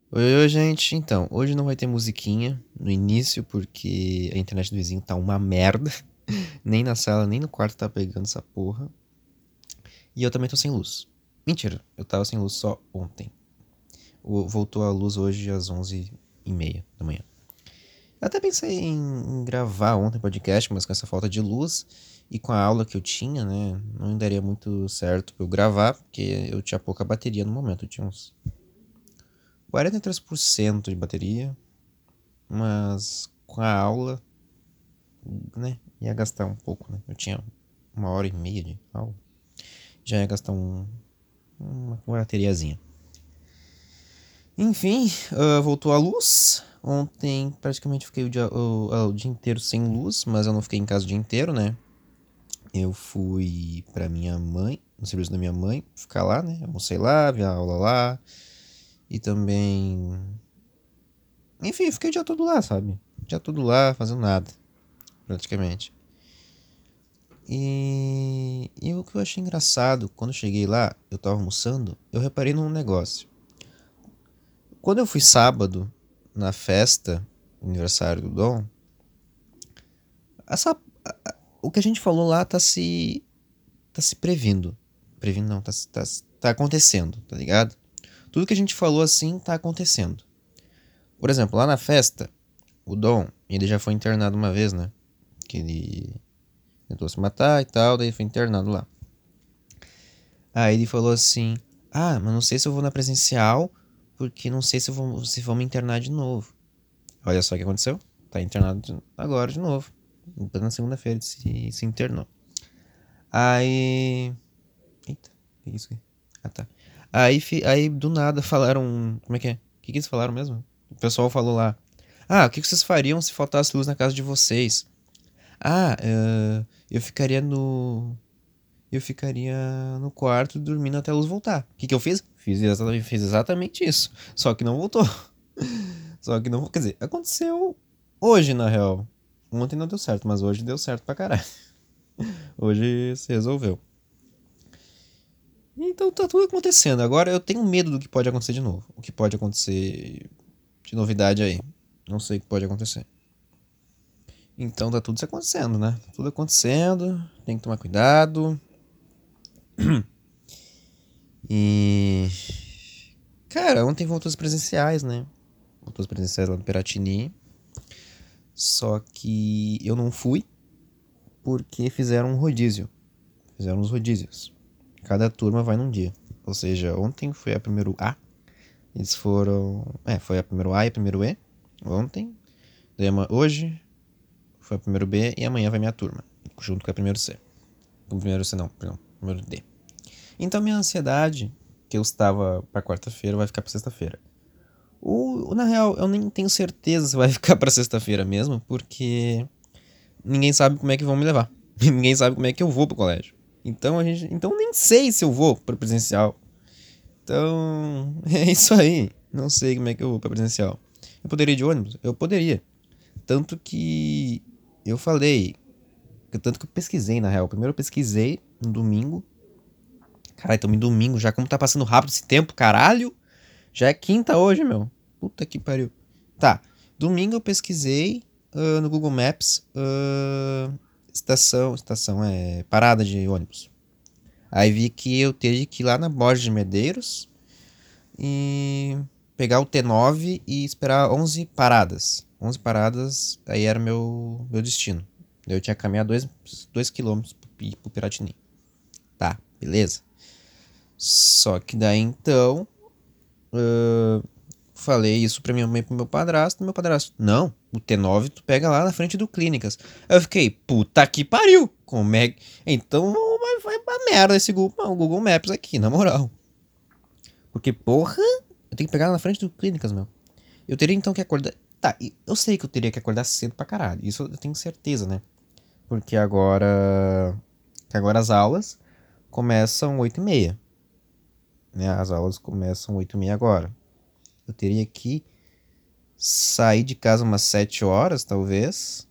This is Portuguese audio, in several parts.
Oi, oi, gente. Então, hoje não vai ter musiquinha no início porque a internet do vizinho tá uma merda. Nem na sala, nem no quarto tá pegando essa porra. E eu também tô sem luz. Mentira, eu tava sem luz só ontem. Voltou a luz hoje às 11h30 da manhã. Eu até pensei em gravar ontem podcast, mas com essa falta de luz e com a aula que eu tinha, né, não daria muito certo pra eu gravar, porque eu tinha pouca bateria no momento. Eu tinha uns 43% de bateria, mas com a aula, né, ia gastar um pouco, né? Eu tinha 1h30 de aula, já ia gastar uma bateriazinha. Enfim, voltou a luz. Ontem praticamente fiquei o dia inteiro sem luz, mas eu não fiquei em casa o dia inteiro, né? Eu fui pra minha mãe, no serviço da minha mãe, ficar lá, né? Almocei lá, vi a aula lá. E também. Enfim, fiquei o dia todo lá, sabe? O dia todo lá, fazendo nada, praticamente. E o que eu achei engraçado, quando eu cheguei lá, eu tava almoçando, eu reparei num negócio. Quando eu fui sábado, na festa, aniversário do Dom, essa, o que a gente falou lá tá se previndo. Previndo não, tá acontecendo, tá ligado? Tudo que a gente falou assim tá acontecendo. Por exemplo, lá na festa, o Dom, ele já foi internado uma vez, né? Que ele tentou se matar e tal, daí foi internado lá. Aí ele falou assim: Ah, mas não sei se eu vou na presencial, porque não sei se vão me internar de novo. Olha só o que aconteceu. Tá internado agora de novo. Na segunda-feira ele se internou. Aí. Eita, que isso aqui? Ah, tá. Aí do nada falaram. Como é que é? O que eles falaram mesmo? O pessoal falou lá. Ah, o que vocês fariam se faltasse luz na casa de vocês? Ah, eu ficaria no. Eu ficaria no quarto dormindo até a luz voltar. O que eu fiz? Fiz exatamente isso. Só que não voltou. Só que não. Quer dizer, aconteceu hoje, na real. Ontem não deu certo, mas hoje deu certo pra caralho. Hoje se resolveu. Então tá tudo acontecendo. Agora eu tenho medo do que pode acontecer de novo. O que pode acontecer de novidade aí. Não sei o que pode acontecer. Então tá tudo isso acontecendo, né? Tudo acontecendo. Tem que tomar cuidado. E. Cara, ontem voltou as presenciais, né? Voltou as presenciais lá no Piratini. Só que eu não fui porque fizeram um rodízio. Fizeram uns rodízios. Cada turma vai num dia. Ou seja, ontem foi a primeiro A. Eles foram. Foi a primeiro A e a primeiro E. Ontem. Hoje foi a primeiro B e amanhã vai minha turma. Junto com a primeiro C. O primeiro C não, perdão. Primeiro D. Então minha ansiedade, que eu estava pra quarta-feira, vai ficar pra sexta-feira. Na real, eu nem tenho certeza se vai ficar pra sexta-feira mesmo, porque ninguém sabe como é que vão me levar. Ninguém sabe como é que eu vou pro colégio. Então nem sei se eu vou pro presencial. Então, é isso aí. Não sei como é que eu vou pra presencial. Eu poderia ir de ônibus? Eu poderia. Tanto que eu falei, tanto que eu pesquisei na real. Primeiro eu pesquisei no domingo. Caralho, então domingo já, como tá passando rápido esse tempo, caralho. Já é quinta hoje, meu. Puta que pariu. Tá, domingo eu pesquisei no Google Maps estação parada de ônibus. Aí vi que eu teria que ir lá na Borges de Medeiros e pegar o T9 e esperar 11 paradas. 11 paradas, aí era meu destino. Eu tinha que caminhar 2 quilômetros pro Piratini. Tá, beleza. Só que daí então, falei isso pra minha mãe e pro meu padrasto. Meu padrasto, não, o T9 tu pega lá na frente do Clínicas. Aí eu fiquei, puta que pariu. Como é que. Então vai pra merda esse Google Maps aqui, na moral. Porque, porra, eu tenho que pegar lá na frente do Clínicas, meu. Eu teria então que acordar. Tá, eu sei que eu teria que acordar cedo pra caralho. Isso eu tenho certeza, né? Porque agora. Que agora as aulas começam 8h30. Né? As aulas começam 8h30 agora. Eu teria que sair de casa umas 7 horas, talvez.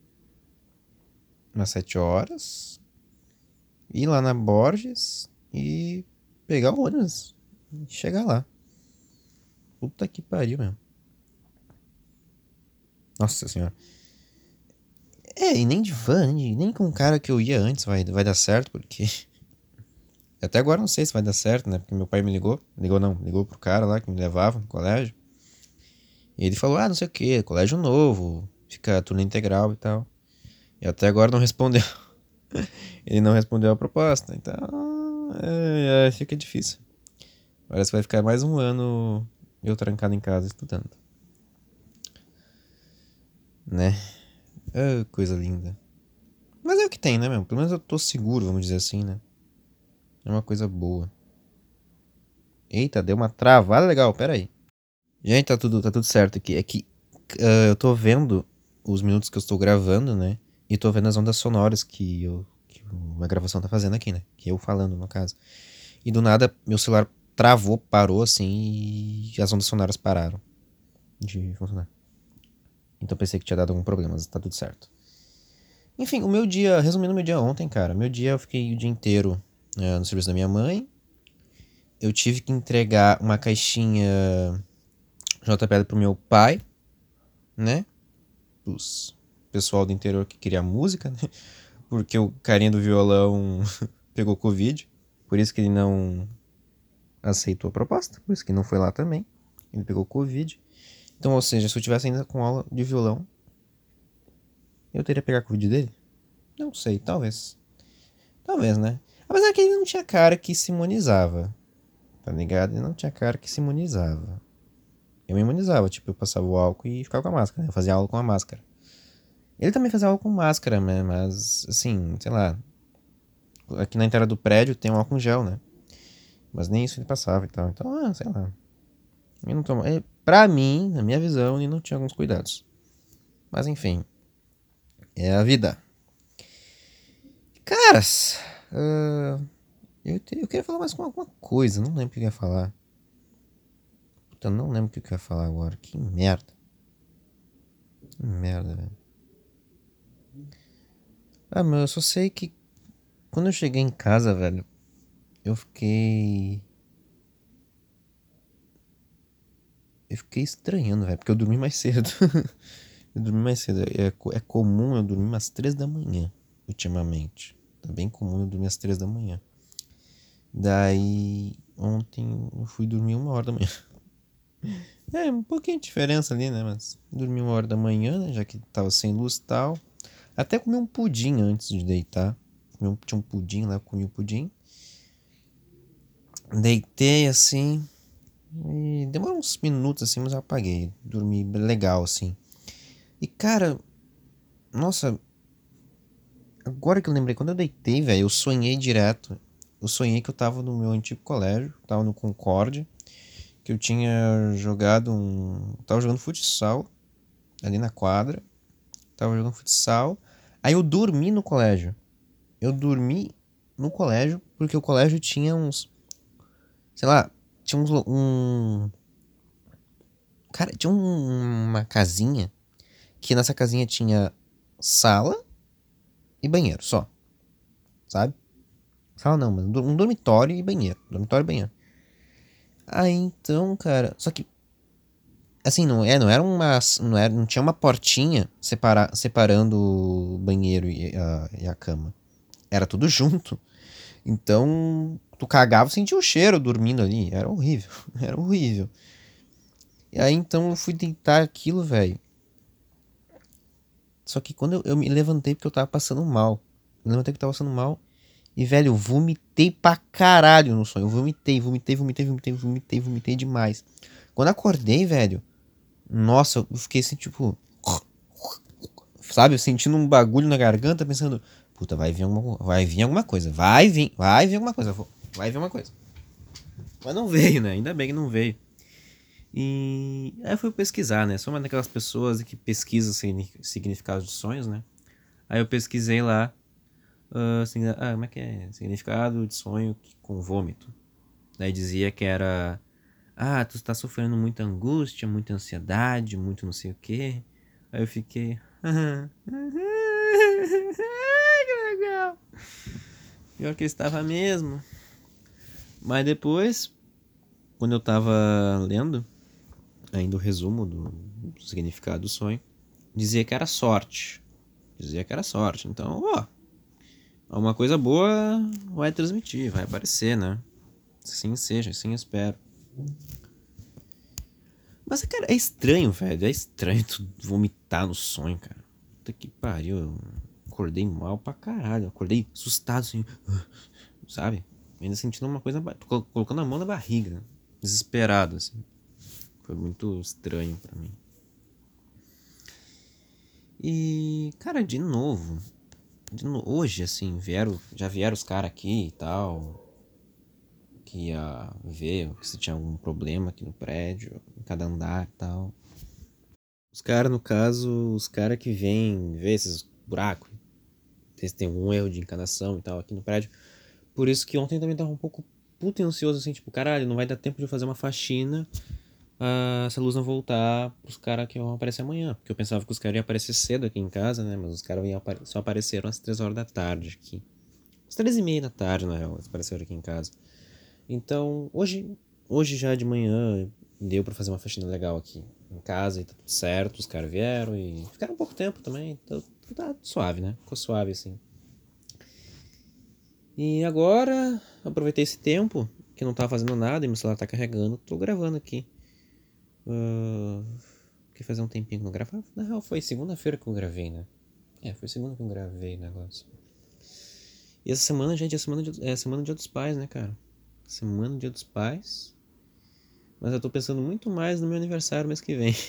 Umas 7 horas. Ir lá na Borges e pegar o ônibus. E chegar lá. Puta que pariu, meu. Nossa senhora. E nem de van, nem com o cara que eu ia antes vai dar certo, porque. Até agora não sei se vai dar certo, né? Porque meu pai me ligou. Ligou não, ligou pro cara lá que me levava no colégio. E ele falou, não sei o que, colégio novo, fica turno integral e tal. E até agora não respondeu. Ele não respondeu a proposta. Então, fica difícil. Parece que vai ficar mais um ano eu trancado em casa estudando. Né? Coisa linda. Mas é o que tem, né, meu? Pelo menos eu tô seguro, vamos dizer assim, né? É uma coisa boa. Eita, deu uma travada legal, pera aí. Gente, tá tudo certo aqui. É que eu tô vendo os minutos que eu estou gravando, né? E tô vendo as ondas sonoras que uma gravação tá fazendo aqui, né? Que eu falando, no caso. E do nada, meu celular travou, parou assim e as ondas sonoras pararam de funcionar. Então pensei que tinha dado algum problema, mas tá tudo certo. Enfim, o meu dia, resumindo o meu dia ontem, cara. Meu dia eu fiquei o dia inteiro no serviço da minha mãe. Eu tive que entregar uma caixinha JPL pro meu pai, né? Os pessoal do interior que queria música, né? Porque o carinha do violão pegou Covid. Por isso que ele não aceitou a proposta. Por isso que não foi lá também. Ele pegou Covid. Então, ou seja, se eu tivesse ainda com aula de violão, eu teria pegado Covid dele? Não sei, talvez. Talvez, né? Apesar que ele não tinha cara que se imunizava. Tá ligado? Ele não tinha cara que se imunizava. Eu me imunizava, tipo, eu passava o álcool e ficava com a máscara. Eu fazia aula com a máscara. Ele também fazia aula com máscara, né? Mas, assim, sei lá. Aqui na entrada do prédio tem um álcool gel, né? Mas nem isso ele passava e tal. Então, sei lá. Ele não toma. Pra mim, na minha visão, ele não tinha alguns cuidados. Mas enfim. É a vida. Caras. Eu queria falar mais com alguma coisa. Não lembro o que eu ia falar. Puta, não lembro o que eu ia falar agora. Que merda. Que merda, velho. Meu, eu só sei que quando eu cheguei em casa, velho, eu fiquei. Eu fiquei estranhando, velho, porque eu dormi mais cedo. Eu dormi mais cedo. É comum eu dormir umas 3 da manhã, ultimamente. Tá bem comum eu dormir às 3 da manhã. Daí, ontem eu fui dormir 1 hora da manhã. Um pouquinho de diferença ali, né? Mas dormi 1 hora da manhã, né? Já que tava sem luz e tal. Até comi um pudim antes de deitar. Tinha um pudim lá, eu comi o pudim. Deitei assim. E demorou uns minutos assim, mas eu apaguei. Dormi legal assim. E cara, nossa, agora que eu lembrei, quando eu deitei, velho, eu sonhei direto. Eu sonhei que eu tava no meu antigo colégio, tava no Concorde, que eu tinha jogado um. Tava jogando futsal ali na quadra. Tava jogando futsal. Aí eu dormi no colégio. Eu dormi no colégio porque o colégio tinha uns. Sei lá, tinha cara, tinha uma casinha que nessa casinha tinha sala e banheiro só, sabe? Sala não, mas um dormitório e banheiro. Dormitório e banheiro. Aí então, cara, só que assim, não era não tinha uma portinha separando o banheiro e a cama. Era tudo junto. Então, tu cagava e sentia o cheiro dormindo ali. Era horrível. Era horrível. E aí então eu fui deitar aquilo, velho. Só que quando eu me levantei porque eu tava passando mal. Me levantei porque eu tava passando mal. E, velho, eu vomitei pra caralho no sonho. Eu vomitei demais. Quando eu acordei, velho, nossa, eu fiquei assim, tipo. Sabe, eu sentindo um bagulho na garganta, pensando, puta, vai vir alguma coisa. Vai vir alguma coisa. Vai vir alguma coisa. Mas não veio, né? Ainda bem que não veio. E aí eu fui pesquisar, né? Sou uma daquelas pessoas que pesquisam significados de sonhos, né? Aí eu pesquisei lá, como é que é? Significado de sonho com vômito. Daí dizia que era, tu tá sofrendo muita angústia, muita ansiedade, muito não sei o quê. Aí eu fiquei, que legal. Pior que eu estava mesmo. Mas depois, quando eu tava lendo, ainda o resumo do significado do sonho, dizia que era sorte. Então, alguma coisa boa vai transmitir, vai aparecer, né? Assim seja, assim espero. Mas, cara, é estranho, velho. É estranho tu vomitar no sonho, cara. Puta que pariu. Eu acordei mal pra caralho. Eu acordei assustado, assim. Sabe? Ainda sentindo uma coisa. Colocando a mão na barriga. Desesperado, assim. Foi muito estranho pra mim. E, cara, de novo. Hoje, assim, já vieram os caras aqui e tal. Que ia ver se tinha algum problema aqui no prédio, em cada andar e tal. Os caras, no caso, os caras que vêm ver esses buracos, ver se tem algum erro de encanação e tal aqui no prédio. Por isso que ontem também tava um pouco puto e ansioso, assim, tipo, caralho, não vai dar tempo de eu fazer uma faxina se a luz não voltar pros caras que vão aparecer amanhã. Porque eu pensava que os caras iam aparecer cedo aqui em casa, né? Mas os caras só apareceram às 3 horas da tarde aqui. Às 3h30 da tarde, na real, eles apareceram aqui em casa. Então, hoje já de manhã deu pra fazer uma faxina legal aqui em casa e tá tudo certo. Os caras vieram e ficaram um pouco tempo também. Então, tá suave, né? Ficou suave assim. E agora, aproveitei esse tempo que eu não tava fazendo nada e meu celular tá carregando. Tô gravando aqui. Quer fazer um tempinho que eu não gravava? Na real, foi segunda-feira que eu gravei, né? Foi segunda que eu gravei o negócio. E essa semana, gente, é semana do Dia dos Pais, né, cara? Semana do Dia dos Pais. Mas eu tô pensando muito mais no meu aniversário mês que vem.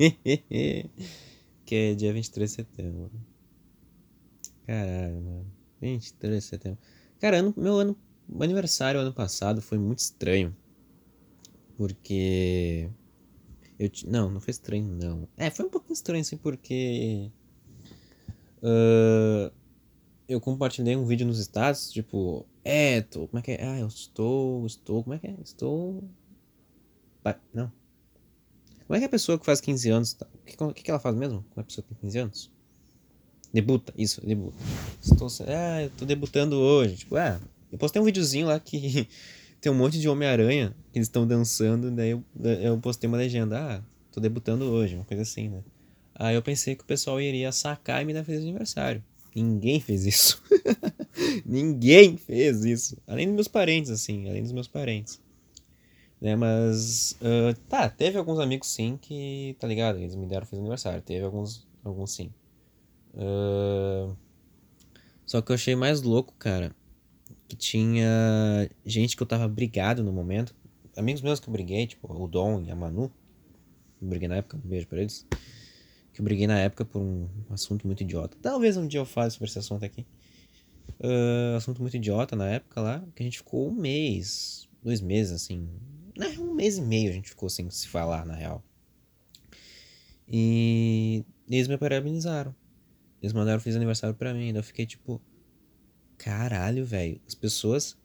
Que é dia 23 de setembro. Caralho, mano. 23 de setembro. Cara, meu aniversário ano passado foi muito estranho. Porque. Não foi estranho, não. Foi um pouquinho estranho, assim, porque. Eu compartilhei um vídeo nos status, tipo. Como é que é? Eu estou. Como é que é? Não. Como é que é a pessoa que faz 15 anos. O que ela faz mesmo? Como é a pessoa que tem 15 anos? Debuta, isso, debuta. Eu tô debutando hoje. Tipo, eu postei um videozinho lá que tem um monte de Homem-Aranha que eles estão dançando, daí eu postei uma legenda, tô debutando hoje, uma coisa assim, né? Aí eu pensei que o pessoal iria sacar e me dar feliz aniversário. Ninguém fez isso. Ninguém fez isso. Além dos meus parentes, assim, além dos meus parentes. Né, mas, teve alguns amigos sim que, tá ligado? Eles me deram feliz aniversário. Teve alguns sim. Só que eu achei mais louco, cara, que tinha gente que eu tava brigado no momento. Amigos meus que eu briguei, tipo, o Dom e a Manu. Eu briguei na época, um beijo pra eles. Que eu briguei na época por um assunto muito idiota. Talvez um dia eu fale sobre esse assunto aqui. Assunto muito idiota na época lá, que a gente ficou 1 mês, 2 meses, assim. 1 mês e meio a gente ficou sem se falar, na real. E eles me parabenizaram. Eles mandaram feliz aniversário pra mim. Daí eu fiquei tipo, caralho, velho. As pessoas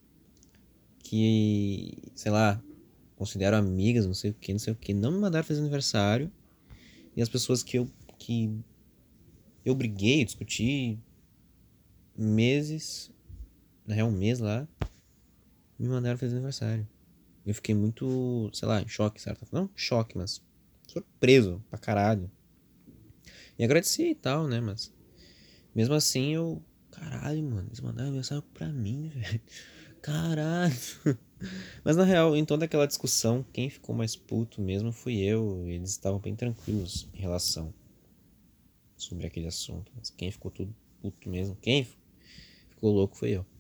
que, sei lá, considero amigas, não sei o que, não me mandaram feliz aniversário. E as pessoas que eu briguei, discuti meses, na real, um mês lá, me mandaram feliz aniversário. Eu fiquei muito, sei lá, em choque, certo? Não choque, mas surpreso pra caralho. E agradeci e tal, né? Mas mesmo assim eu. Caralho, mano, eles mandaram aniversário pra mim, velho. Caralho. Mas na real, em toda aquela discussão, quem ficou mais puto mesmo fui eu. Eles estavam bem tranquilos em relação sobre aquele assunto. Mas quem ficou tudo puto mesmo, quem ficou louco foi eu.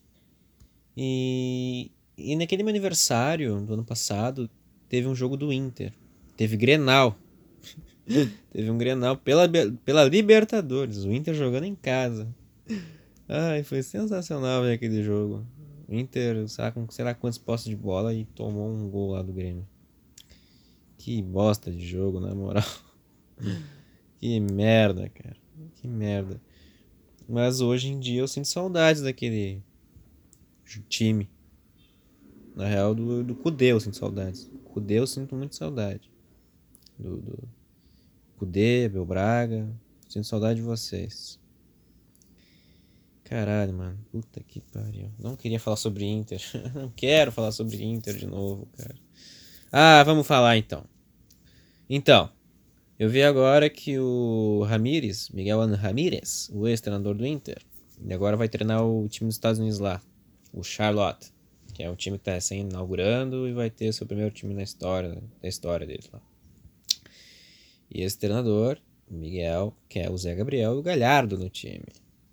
E naquele meu aniversário do ano passado, teve um jogo do Inter. Teve Grenal. Teve um Grenal pela Libertadores. O Inter jogando em casa. Ai, foi sensacional ver aquele jogo. O Inter, sabe, com sei lá quantos postos de bola e tomou um gol lá do Grêmio. Que bosta de jogo, na moral. Que merda, cara. Que merda. Mas hoje em dia eu sinto saudades daquele time. Na real, do Kudê eu sinto saudades. Kudê eu sinto muito saudade. Do Kudê, Belbraga. Sinto saudade de vocês. Caralho, mano. Puta que pariu. Não queria falar sobre Inter. Não quero falar sobre Inter de novo, cara. Vamos falar então. Então, eu vi agora que o Ramírez, Miguel Ramírez, o ex-treinador do Inter, ele agora vai treinar o time dos Estados Unidos lá, o Charlotte, que é um time que está recém-inaugurando e vai ter seu primeiro time da história deles lá. E esse treinador, o Miguel, quer o Zé Gabriel e o Galhardo no time.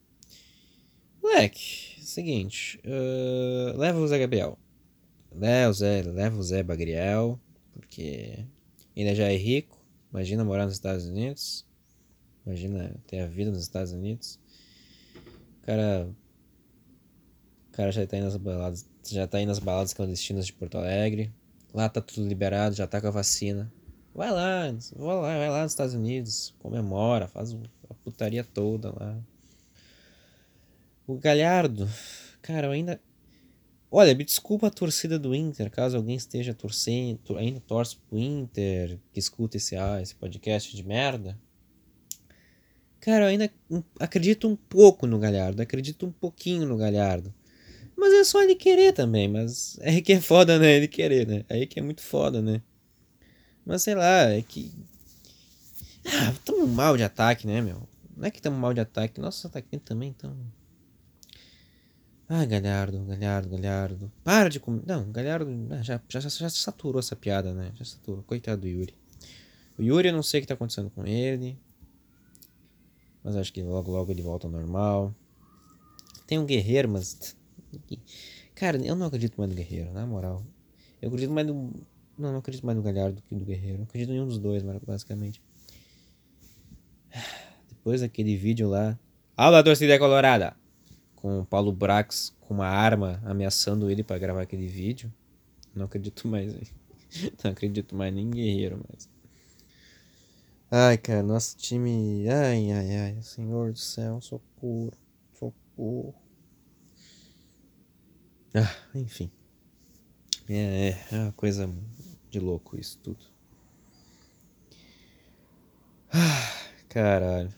Moleque, seguinte, leva o Zé Gabriel. Leva o Zé Bagriel, porque ainda já é rico. Imagina morar nos Estados Unidos. Imagina ter a vida nos Estados Unidos. O cara já tá indo nas baladas clandestinas de Porto Alegre. Lá tá tudo liberado, já tá com a vacina. Vai lá nos Estados Unidos, comemora, faz a putaria toda lá. O Galhardo, cara, eu ainda. Olha, me desculpa a torcida do Inter, caso alguém esteja torcendo, ainda torce pro Inter, que escuta esse podcast de merda. Cara, eu ainda acredito um pouco no Galhardo, acredito um pouquinho no Galhardo. Mas é só ele querer também, mas é que é foda, né? Ele querer, né? Aí que é muito foda, né? Mas sei lá, é que. Tamo mal de ataque, né, meu? Não é que tamo mal de ataque, nossos atacantes também tão. Galhardo. Para de comer. Não, Galhardo já saturou essa piada, né? Já saturou. Coitado do Yuri. O Yuri, eu não sei o que tá acontecendo com ele. Mas acho que logo ele volta ao normal. Tem um Guerreiro, mas. Cara, eu não acredito mais no Guerreiro, na moral. Eu acredito mais no. Não acredito mais no Galhardo do que no Guerreiro. Eu acredito em um dos dois, basicamente. Depois daquele vídeo lá. Aula torcida colorada! Com o Paulo Brax com uma arma ameaçando ele pra gravar aquele vídeo. Não acredito mais. Não acredito mais nem em Guerreiro, mas. Ai, cara, nosso time. Ai. Senhor do céu, socorro. Socorro. Enfim. É uma coisa de louco isso tudo. Caralho.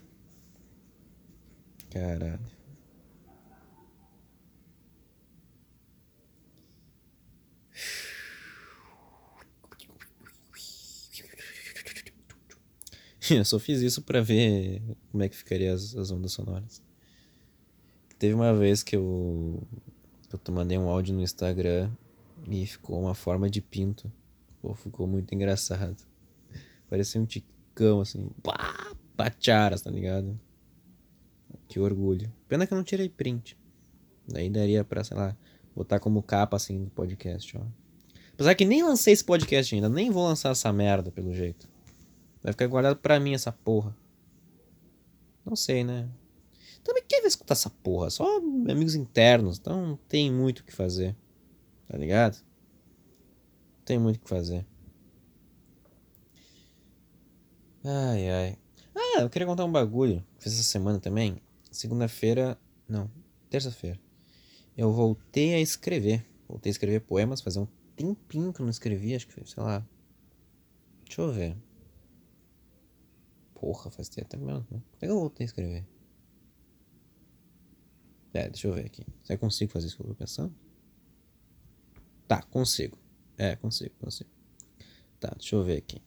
Eu só fiz isso pra ver como é que ficaria as ondas sonoras. Teve uma vez que eu mandei um áudio no Instagram e ficou uma forma de pinto. Pô, ficou muito engraçado. Parecia um ticão, assim. Pacharas, tá ligado? Que orgulho. Pena que eu não tirei print. Daí daria pra, sei lá, botar como capa, assim, do podcast, ó. Apesar que nem lancei esse podcast ainda. Nem vou lançar essa merda, pelo jeito. Vai ficar guardado pra mim, essa porra. Não sei, né? Também quem vai escutar essa porra? Só amigos internos. Então não tem muito o que fazer. Tá ligado? Não tem muito o que fazer. Ai. Eu queria contar um bagulho. Fiz essa semana também. Segunda-feira. Não, terça-feira. Eu voltei a escrever. Voltei a escrever poemas. Fazia um tempinho que eu não escrevia. Acho que foi, sei lá. Deixa eu ver. Porra, faz tempo até mesmo. Né? Como é que eu voltei a escrever? Deixa eu ver aqui. Será que eu consigo fazer isso que eu tô pensando? Tá, consigo. Consigo. Tá, deixa eu ver aqui.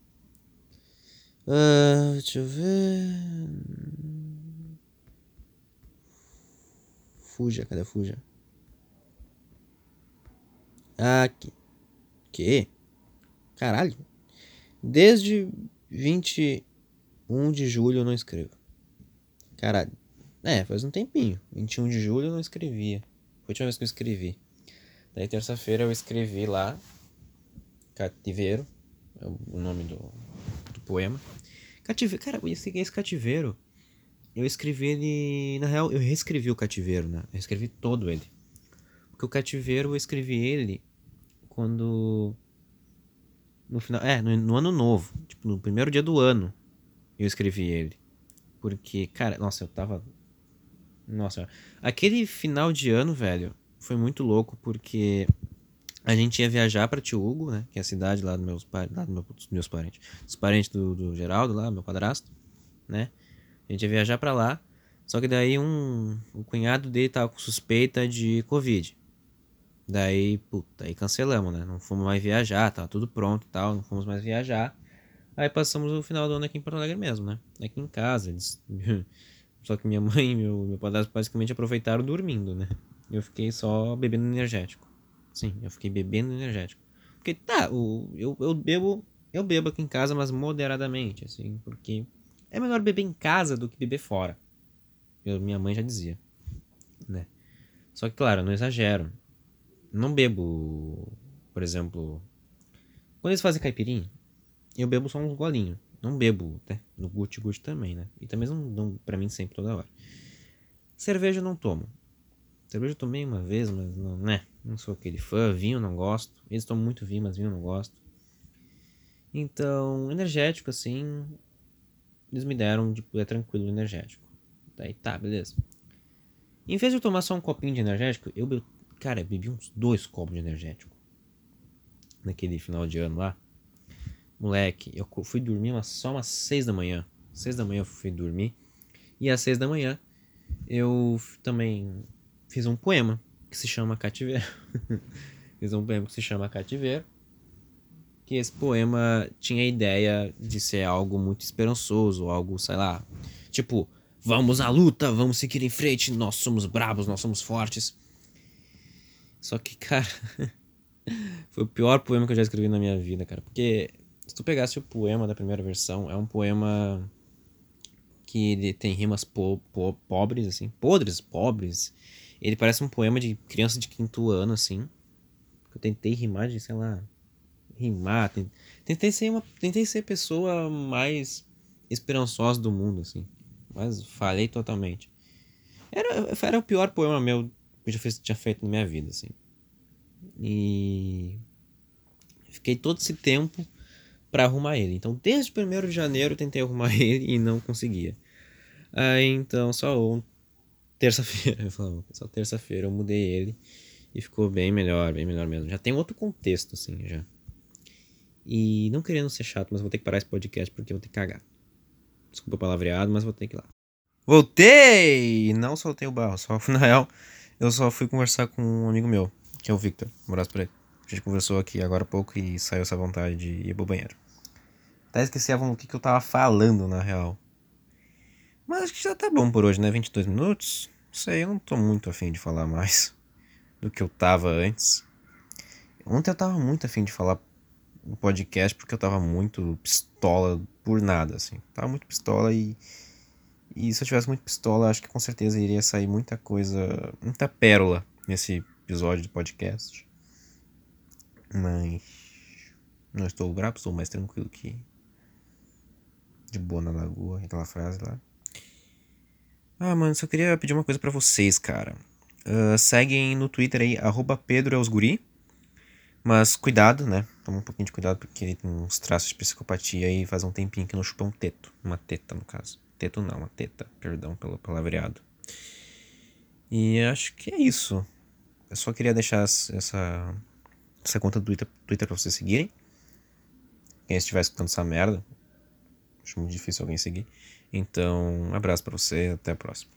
Deixa eu ver. Fuja, cadê a Fuja? Aqui. Que? Caralho. Desde 21 de julho eu não escrevo. Caralho. Faz um tempinho. 21 de julho eu não escrevia. Foi a última vez que eu escrevi. Daí terça-feira eu escrevi lá. Cativeiro. É o nome do poema. Cativeiro. Cara, esse cativeiro. Eu escrevi ele. Na real, eu reescrevi o cativeiro, né? Eu escrevi todo ele. Porque o cativeiro eu escrevi ele quando. No final. No ano novo. Tipo, no primeiro dia do ano. Eu escrevi ele. Porque, cara, nossa, eu tava. Nossa, aquele final de ano, velho, foi muito louco porque a gente ia viajar pra Tiúgo, né? Que é a cidade lá dos meus parentes. Os parentes do Geraldo lá, meu padrasto, né? A gente ia viajar pra lá. Só que daí o cunhado dele tava com suspeita de Covid. Daí, puta, aí cancelamos, né? Não fomos mais viajar, tava tudo pronto e tal, não fomos mais viajar. Aí passamos o final do ano aqui em Porto Alegre mesmo, né? Aqui em casa. Só que minha mãe e meu padrasto basicamente aproveitaram dormindo, né? Eu fiquei só bebendo energético. Sim, eu fiquei bebendo energético. Porque tá, eu bebo aqui em casa, mas moderadamente, assim, porque é melhor beber em casa do que beber fora. Minha mãe já dizia, né? Só que, claro, eu não exagero. Não bebo, por exemplo, quando eles fazem caipirinha, eu bebo só uns golinhos. Não bebo, né? No guti-guti também, né? E também não pra mim sempre, toda hora. Cerveja eu não tomo. Cerveja eu tomei uma vez, mas não, né? Não sou aquele fã. Vinho eu não gosto. Eles tomam muito vinho, mas vinho eu não gosto. Então, energético, assim, eles me deram, tipo, é tranquilo energético. Daí tá, beleza. Em vez de eu tomar só um copinho de energético, cara, eu bebi uns 2 copos de energético. Naquele final de ano lá. Moleque, eu fui dormir só umas 6 da manhã. 6 da manhã eu fui dormir. E às 6 da manhã eu também fiz um poema que se chama Cativeiro. Fiz um poema que se chama Cativeiro. Que esse poema tinha a ideia de ser algo muito esperançoso, algo, sei lá, tipo, vamos à luta, vamos seguir em frente, nós somos brabos, nós somos fortes. Só que, cara, foi o pior poema que eu já escrevi na minha vida, cara. Porque se tu pegasse o poema da primeira versão, é um poema que ele tem rimas pobres, assim, pobres. Ele parece um poema de criança de 5º ano, assim. Eu tentei rimar de, sei lá, rimar. Tentei ser a pessoa mais esperançosa do mundo, assim. Mas falhei totalmente. Era o pior poema meu que eu já tinha feito na minha vida, assim. E fiquei todo esse tempo pra arrumar ele. Então, desde o 1º de janeiro eu tentei arrumar ele e não conseguia. Aí, então, só terça-feira, só terça-feira eu mudei ele e ficou bem melhor mesmo. Já tem outro contexto, assim, já. E não querendo ser chato, mas vou ter que parar esse podcast porque eu vou ter que cagar. Desculpa o palavreado, mas vou ter que ir lá. Voltei! Não soltei o barro, só na real, eu só fui conversar com um amigo meu, que é o Victor. Um abraço pra ele. A gente conversou aqui agora há pouco e saiu essa vontade de ir pro banheiro. Até esqueci o que eu tava falando, na real. Mas acho que já tá bom por hoje, né? 22 minutos? Não sei, eu não tô muito afim de falar mais do que eu tava antes. Ontem eu tava muito afim de falar no podcast porque eu tava muito pistola por nada, assim. Tava muito pistola e se eu tivesse muito pistola, acho que com certeza iria sair muita coisa, muita pérola nesse episódio do podcast. Mas não estou bravo, estou mais tranquilo que de boa na lagoa, aquela frase lá. Ah, mano, só queria pedir uma coisa pra vocês, cara. Seguem no Twitter aí, @PedroEusguri. Mas cuidado, né? Toma um pouquinho de cuidado porque ele tem uns traços de psicopatia e faz um tempinho que não chupa um teto. Uma teta, no caso. Teto não, uma teta. Perdão pelo palavreado. E acho que é isso. Eu só queria deixar essa conta do Twitter pra vocês seguirem. Quem estiver escutando essa merda. Acho muito difícil alguém seguir. Então, um abraço pra você, até a próxima.